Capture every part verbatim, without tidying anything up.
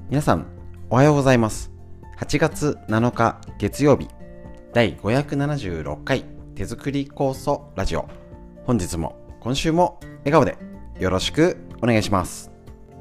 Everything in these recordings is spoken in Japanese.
皆さんおはようございます。はちがつなのか月曜日、だいごひゃくななじゅうろっかい手作り酵素ラジオ。本日も今週も笑顔でよろしくお願いします。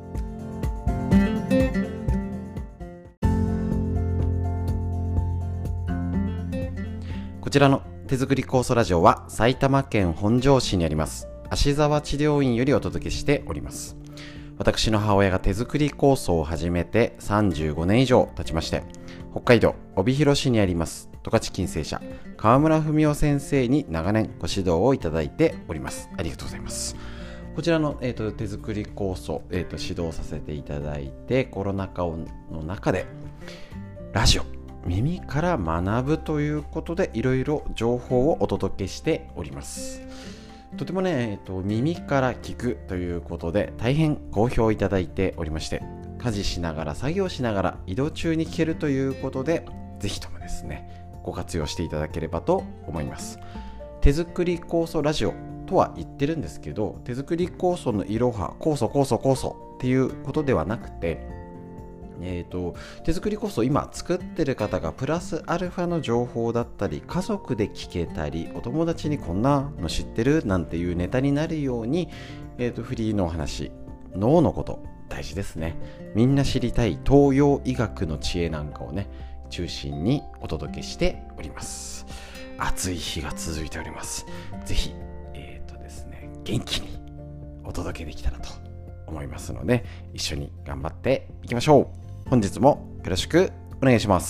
こちらの手作り酵素ラジオは埼玉県本庄市にあります芦沢治療院よりお届けしております。私の母親が手作り酵素を始めてさんじゅうごねん以上経ちまして、北海道帯広市にあります十勝金星社川村文夫先生に長年ご指導をいただいております。ありがとうございます。こちらの、えー、と手作り酵素、えー、と指導させていただいて、コロナ禍の中でラジオ耳から学ぶということでいろいろ情報をお届けしております。とてもね、えっと、耳から聞くということで大変好評いただいておりまして、家事しながら作業しながら移動中に聞けるということで、ぜひともですねご活用していただければと思います。手作り酵素ラジオとは言ってるんですけど、手作り酵素のいろは酵素酵素酵素っていうことではなくて、えーと、手作り酵素今作ってる方がプラスアルファの情報だったり、家族で聞けたり、お友達にこんなの知ってるなんていうネタになるように、えーと、フリーのお話、脳のこと大事ですね。みんな知りたい東洋医学の知恵なんかをね中心にお届けしております。暑い日が続いております。ぜひ、えーとですね、元気にお届けできたらと思いますので、一緒に頑張っていきましょう。本日もよろしくお願いします。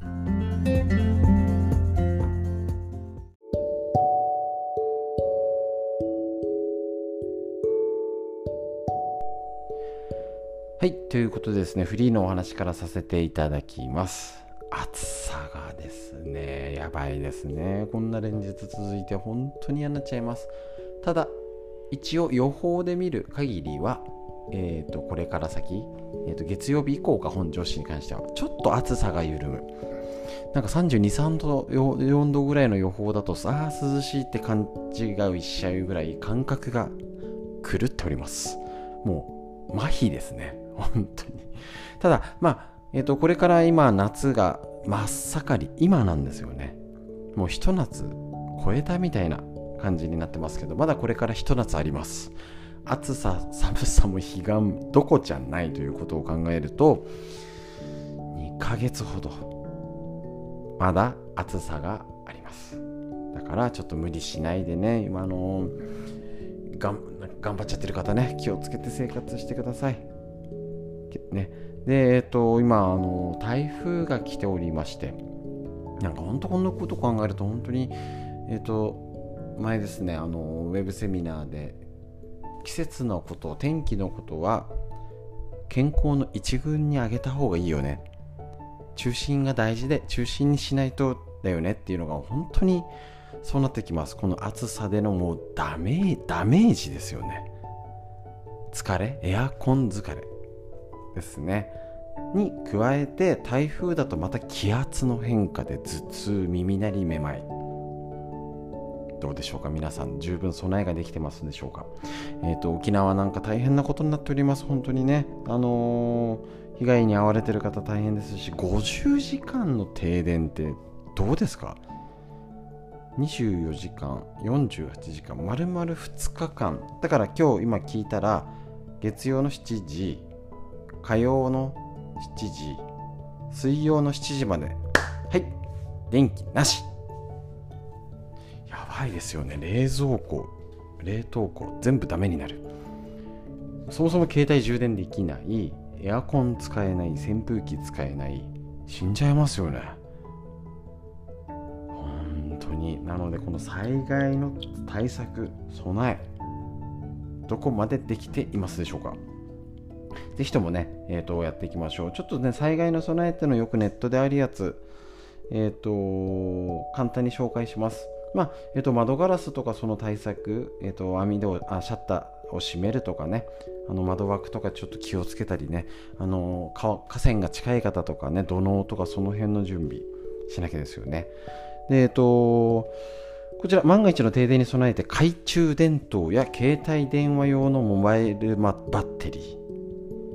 はい、ということでですね、フリーのお話からさせていただきます。暑さがですね、やばいですね。こんな連日続いて本当に嫌になっちゃいます。ただ一応予報で見る限りは、えーとこれから先、えーと月曜日以降か、本庄市に関してはちょっと暑さが緩む。なんかさんじゅうに、さんど、よんどぐらいの予報だと、さあ涼しいって感じがしちゃうぐらい感覚が狂っております。もう麻痺ですね、本当に。ただまあ、えーとこれから今夏が真っ盛り、今なんですよね。もう一夏超えたみたいな感じになってますけど、まだこれから一夏あります。暑さ寒さも彼岸どこじゃないということを考えると、にかげつほどまだ暑さがあります。だからちょっと無理しないでね、今のがん頑張っちゃってる方ね、気をつけて生活してくださいね。で、えっと今あの台風が来ておりまして、なんか本当こんなこと考えると本当に、えっと前ですね、あのウェブセミナーで、季節のこと、天気のことは健康の一軍に上げた方がいいよね、中心が大事で中心にしないとだよねっていうのが本当にそうなってきます。この暑さでのもうダメダメージですよね。疲れ、エアコン疲れですねに加えて、台風だとまた気圧の変化で頭痛、耳鳴り、めまい、どうでしょうか。皆さん十分備えができてますでしょうか。えーと、沖縄なんか大変なことになっております。本当にね、あのー、被害に遭われてる方大変ですし、ごじゅうじかんの停電ってどうですか。にじゅうよじかん、よんじゅうはちじかん、丸々ふつかかん。だから今日今聞いたら、月曜のしちじ、火曜のしちじ、水曜のしちじまで、はい電気なし。やばいですよね。冷蔵庫、冷凍庫全部ダメになる。そもそも携帯充電できない、エアコン使えない、扇風機使えない、死んじゃいますよね、本当に。なのでこの災害の対策、備え、どこまでできていますでしょうか。ぜひともね、えーと、やっていきましょう。ちょっとね、災害の備えってのよくネットであるやつ、えーと簡単に紹介します。まあえー、と窓ガラスとかその対策、えー、と網戸あシャッターを閉めるとかね、あの窓枠とかちょっと気をつけたりね、あの河川が近い方とかね、土のうとかその辺の準備しなきゃですよね。で、えっ、ー、とこちら万が一の停電に備えて、懐中電灯や携帯電話用のモバイルバッテリー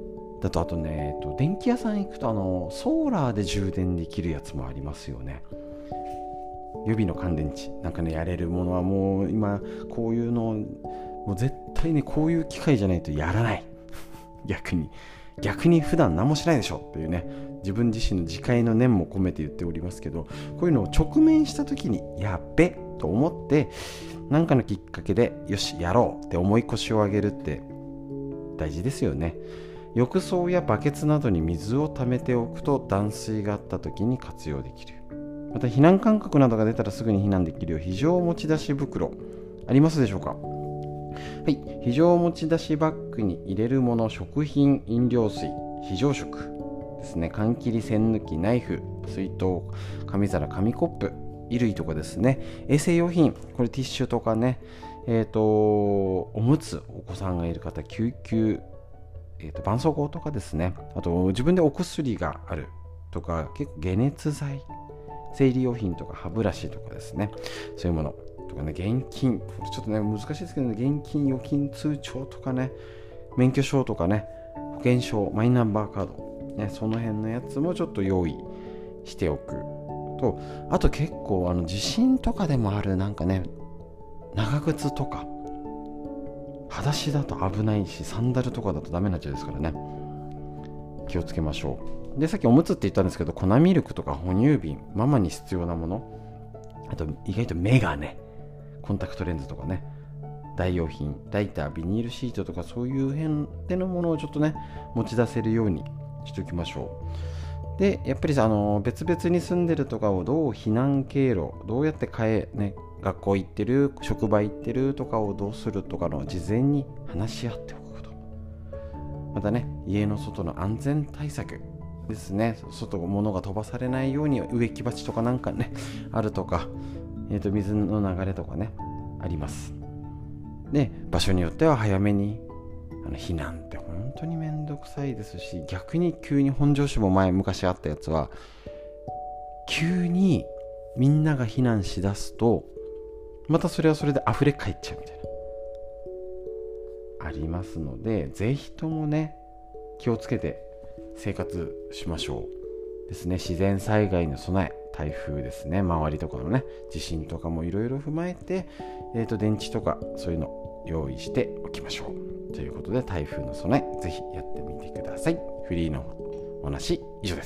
だとあとね、えっと、電気屋さん行くとあのソーラーで充電できるやつもありますよね。予備の乾電池なんかねやれるものはもう今こういうのもう絶対ねこういう機械じゃないとやらない逆に逆に普段何もしないでしょっていうね、自分自身の自戒の念も込めて言っておりますけど、こういうのを直面した時にやっべと思って何かのきっかけでよしやろうって思い腰を上げるって大事ですよね。浴槽やバケツなどに水を溜めておくと断水があった時に活用できる。また避難勧告などが出たらすぐに避難できるよう非常持ち出し袋ありますでしょうか。はい、非常持ち出しバッグに入れるもの、食品、飲料水、非常食ですね、缶切り、栓抜き、ナイフ、水筒、紙皿、紙コップ、衣類とかですね、衛生用品、これティッシュとかね、えっとおむつ、お子さんがいる方、救急、えーと絆創膏とかですね、あと自分でお薬があるとか、結構解熱剤、生理用品とか歯ブラシとかですね、そういうものとかね、現金、これちょっとね難しいですけどね、現金預金通帳とかね、免許証とかね、保険証、マイナンバーカード、ね、その辺のやつもちょっと用意しておくと、あと結構あの地震とかでもあるなんかね、長靴とか裸足だと危ないし、サンダルとかだとダメになっちゃうですからね、気をつけましょう。で、さっきおむつって言ったんですけど、粉ミルクとか哺乳瓶、ママに必要なもの、あと意外とメガネ、コンタクトレンズとかね、代用品、ライター、ビニールシートとか、そういう辺でのものをちょっとね持ち出せるようにしておきましょう。で、やっぱりさ、あの別々に住んでるとかをどう避難経路、どうやって変え、ね、学校行ってる、職場行ってるとかをどうするとかの事前に話し合っておくこと。またね、家の外の安全対策ですね、外物が飛ばされないように植木鉢とかなんかねあるとか、えーと水の流れとかねあります。で、場所によっては早めに、あの避難って本当にめんどくさいですし、逆に急に本庄市も前昔あったやつは、急にみんなが避難しだすとまたそれはそれで溢れ返っちゃうみたいなありますので、ぜひともね気をつけて生活しましょうですね。自然災害の備え、台風ですね、周りとかのね地震とかもいろいろ踏まえて、えーと電池とかそういうの用意しておきましょうということで、台風の備えぜひやってみてください。フリーのお話以上です。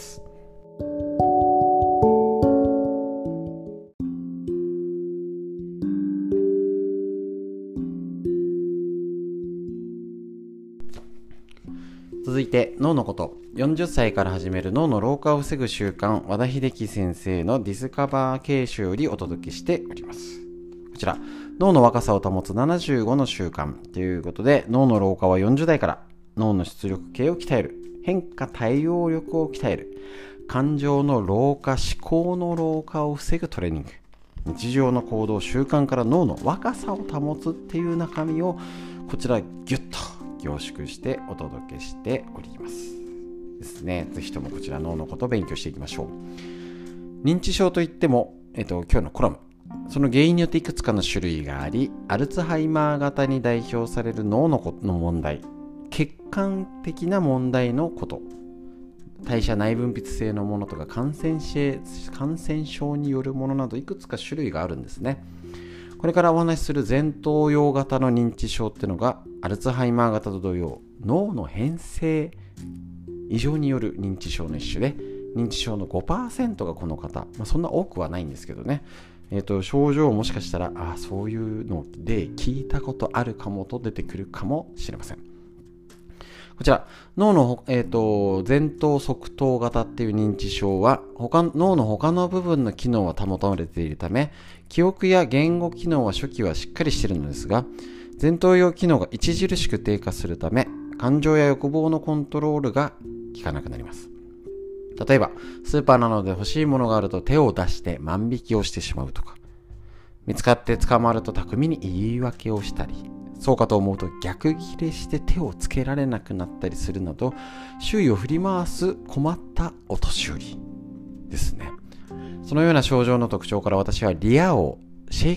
続いて脳のこと、よんじゅっさいから始める脳の老化を防ぐ習慣、和田秀樹先生のディスカバー形式よりお届けしております。こちら、脳の若さを保つななじゅうごの習慣ということで、脳の老化はよんじゅう代から脳の出力系を鍛える、変化対応力を鍛える、感情の老化、思考の老化を防ぐトレーニング、日常の行動習慣から脳の若さを保つっていう中身をこちらギュッと凝縮してお届けしておりますですね。ぜひともこちら脳のことを勉強していきましょう。認知症といっても、えっと、今日のコラム、その原因によっていくつかの種類があり、アルツハイマー型に代表される脳のの問題、血管的な問題のこと、代謝内分泌性のものとか感染症、感染症によるものなどいくつか種類があるんですね。これからお話しする前頭葉型の認知症っていうのがアルツハイマー型と同様、脳の変性異常による認知症の一種で、認知症の ごパーセント がこの方、まあ、そんな多くはないんですけどね、えーと、症状をもしかしたらあそういうので聞いたことあるかもと出てくるかもしれません。こちら脳の、えーと、前頭側頭型っていう認知症は他脳の他の部分の機能は保たれているため、記憶や言語機能は初期はしっかりしているのですが、前頭葉機能が著しく低下するため、感情や欲望のコントロールが効かなくなります。例えばスーパーなどで欲しいものがあると手を出して万引きをしてしまうとか、見つかって捕まると巧みに言い訳をしたり、そうかと思うと逆ギレして手をつけられなくなったりするなど、周囲を振り回す困ったお年寄りですね。そのような症状の特徴から、私はリア王シェイクスピ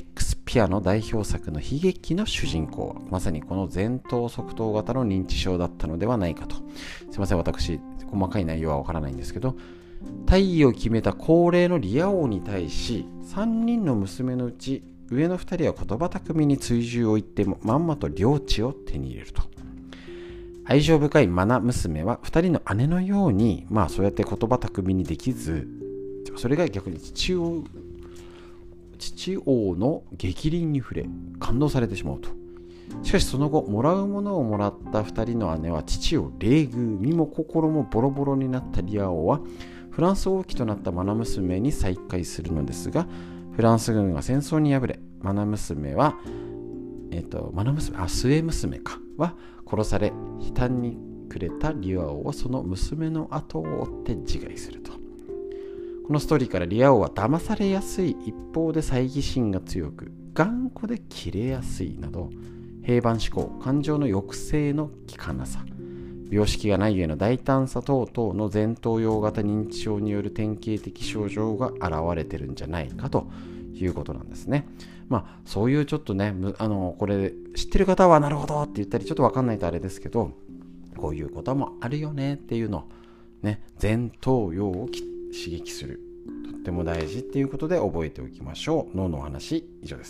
ピアノ代表作の悲劇の主人公はまさにこの前頭側頭型の認知症だったのではないかと。すいません、私細かい内容はわからないんですけど、退位を決めた高齢のリア王に対しさんにんの娘のうち上のふたりは言葉巧みに追従を言ってまんまと領地を手に入れると。愛情深いマナ娘はふたりの姉のように、まあそうやって言葉巧みにできず、それが逆に父王父王の逆鱗に触れ感動されてしまうと。しかしその後、もらうものをもらったふたりの姉は父を冷遇、身も心もボロボロになったリア王はフランス王妃となったマナ娘に再会するのですが、フランス軍が戦争に敗れ、マナ娘は、えっと、マナ娘、あ、末娘か、は殺され、悲嘆に暮れたリア王はその娘の後を追って自害すると。このストーリーからリア王は騙されやすい一方で猜疑心が強く、頑固で切れやすいなど、平板思考、感情の抑制の効かなさ、病識がないゆえの大胆さ等々の前頭葉型認知症による典型的症状が現れてるんじゃないかということなんですね。まあそういうちょっとね、あのこれ知ってる方はなるほどって言ったり、ちょっと分かんないとあれですけど、こういうこともあるよねっていうのをね、前頭葉を刺激する、とっても大事っていうことで覚えておきましょう。脳のお話以上です。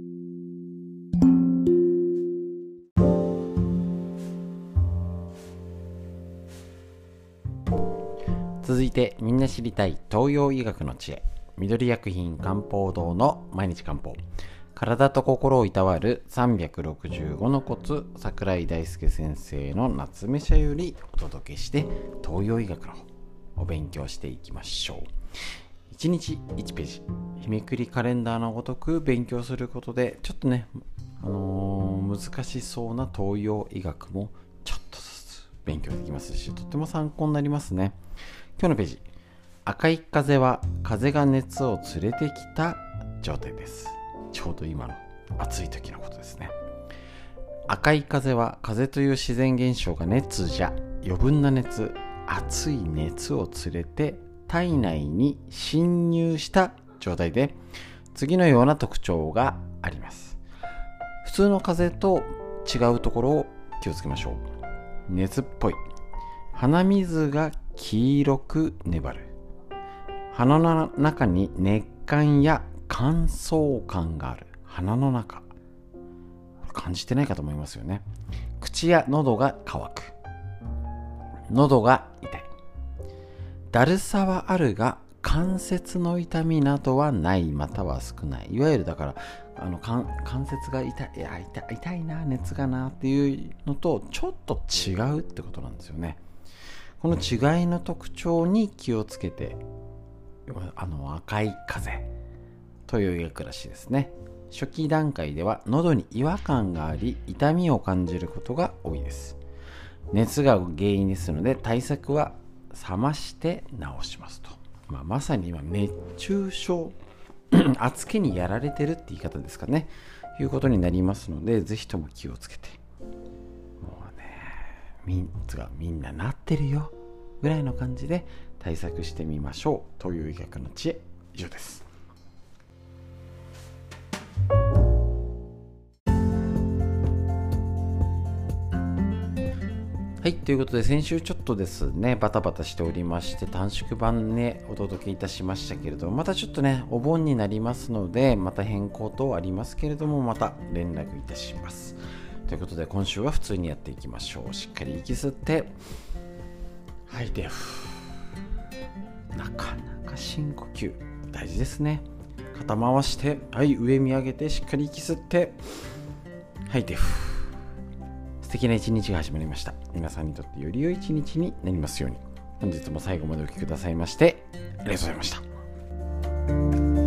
続いてみんな知りたい東洋医学の知恵、緑薬品漢方堂の毎日漢方、体と心をいたわるさんびゃくろくじゅうごのコツ、櫻井大輔先生の夏目社よりお届けして、東洋医学のお勉強していきましょう。いちにちいちページ、日めくりカレンダーのごとく勉強することで、ちょっとね、あのー、難しそうな東洋医学もちょっとずつ勉強できますし、とっても参考になりますね。今日のページ、赤い風は風が熱を連れてきた状態です。ちょうど今の暑い時のことですね。赤い風は風という自然現象が熱じゃ余分な熱、熱い熱を連れて体内に侵入した状態で、次のような特徴があります。普通の風と違うところを気をつけましょう。熱っぽい、鼻水が黄色く粘る、鼻の中に熱感や乾燥感がある。鼻の中感じてないかと思いますよね。口や喉が渇く、喉が痛い、だるさはあるが関節の痛みなどはないまたは少ない。いわゆるだからあの関節が痛い、いや痛い、痛いな、熱がなっていうのとちょっと違うってことなんですよね。この違いの特徴に気をつけて、あの赤い風という医学らしいですね。初期段階では喉に違和感があり、痛みを感じることが多いです。熱が原因ですので、対策は冷まして治しますと。まあ、まさに今熱中症暑気にやられてるって言い方ですかね、いうことになりますので、ぜひとも気をつけて、もうね、みんなみんななってるよぐらいの感じで対策してみましょうという医学の知恵、以上です。はい、ということで先週ちょっとですねバタバタしておりまして、短縮版ねお届けいたしましたけれども、またちょっとねお盆になりますので、また変更等ありますけれども、また連絡いたします。ということで今週は普通にやっていきましょう。しっかり息吸って吐いて、なかなか深呼吸大事ですね。肩回して、はい、上見上げてしっかり息吸って吐いて、素敵な一日が始まりました。皆さんにとってより良い一日になりますように。本日も最後までお聞きくださいましてありがとうございました。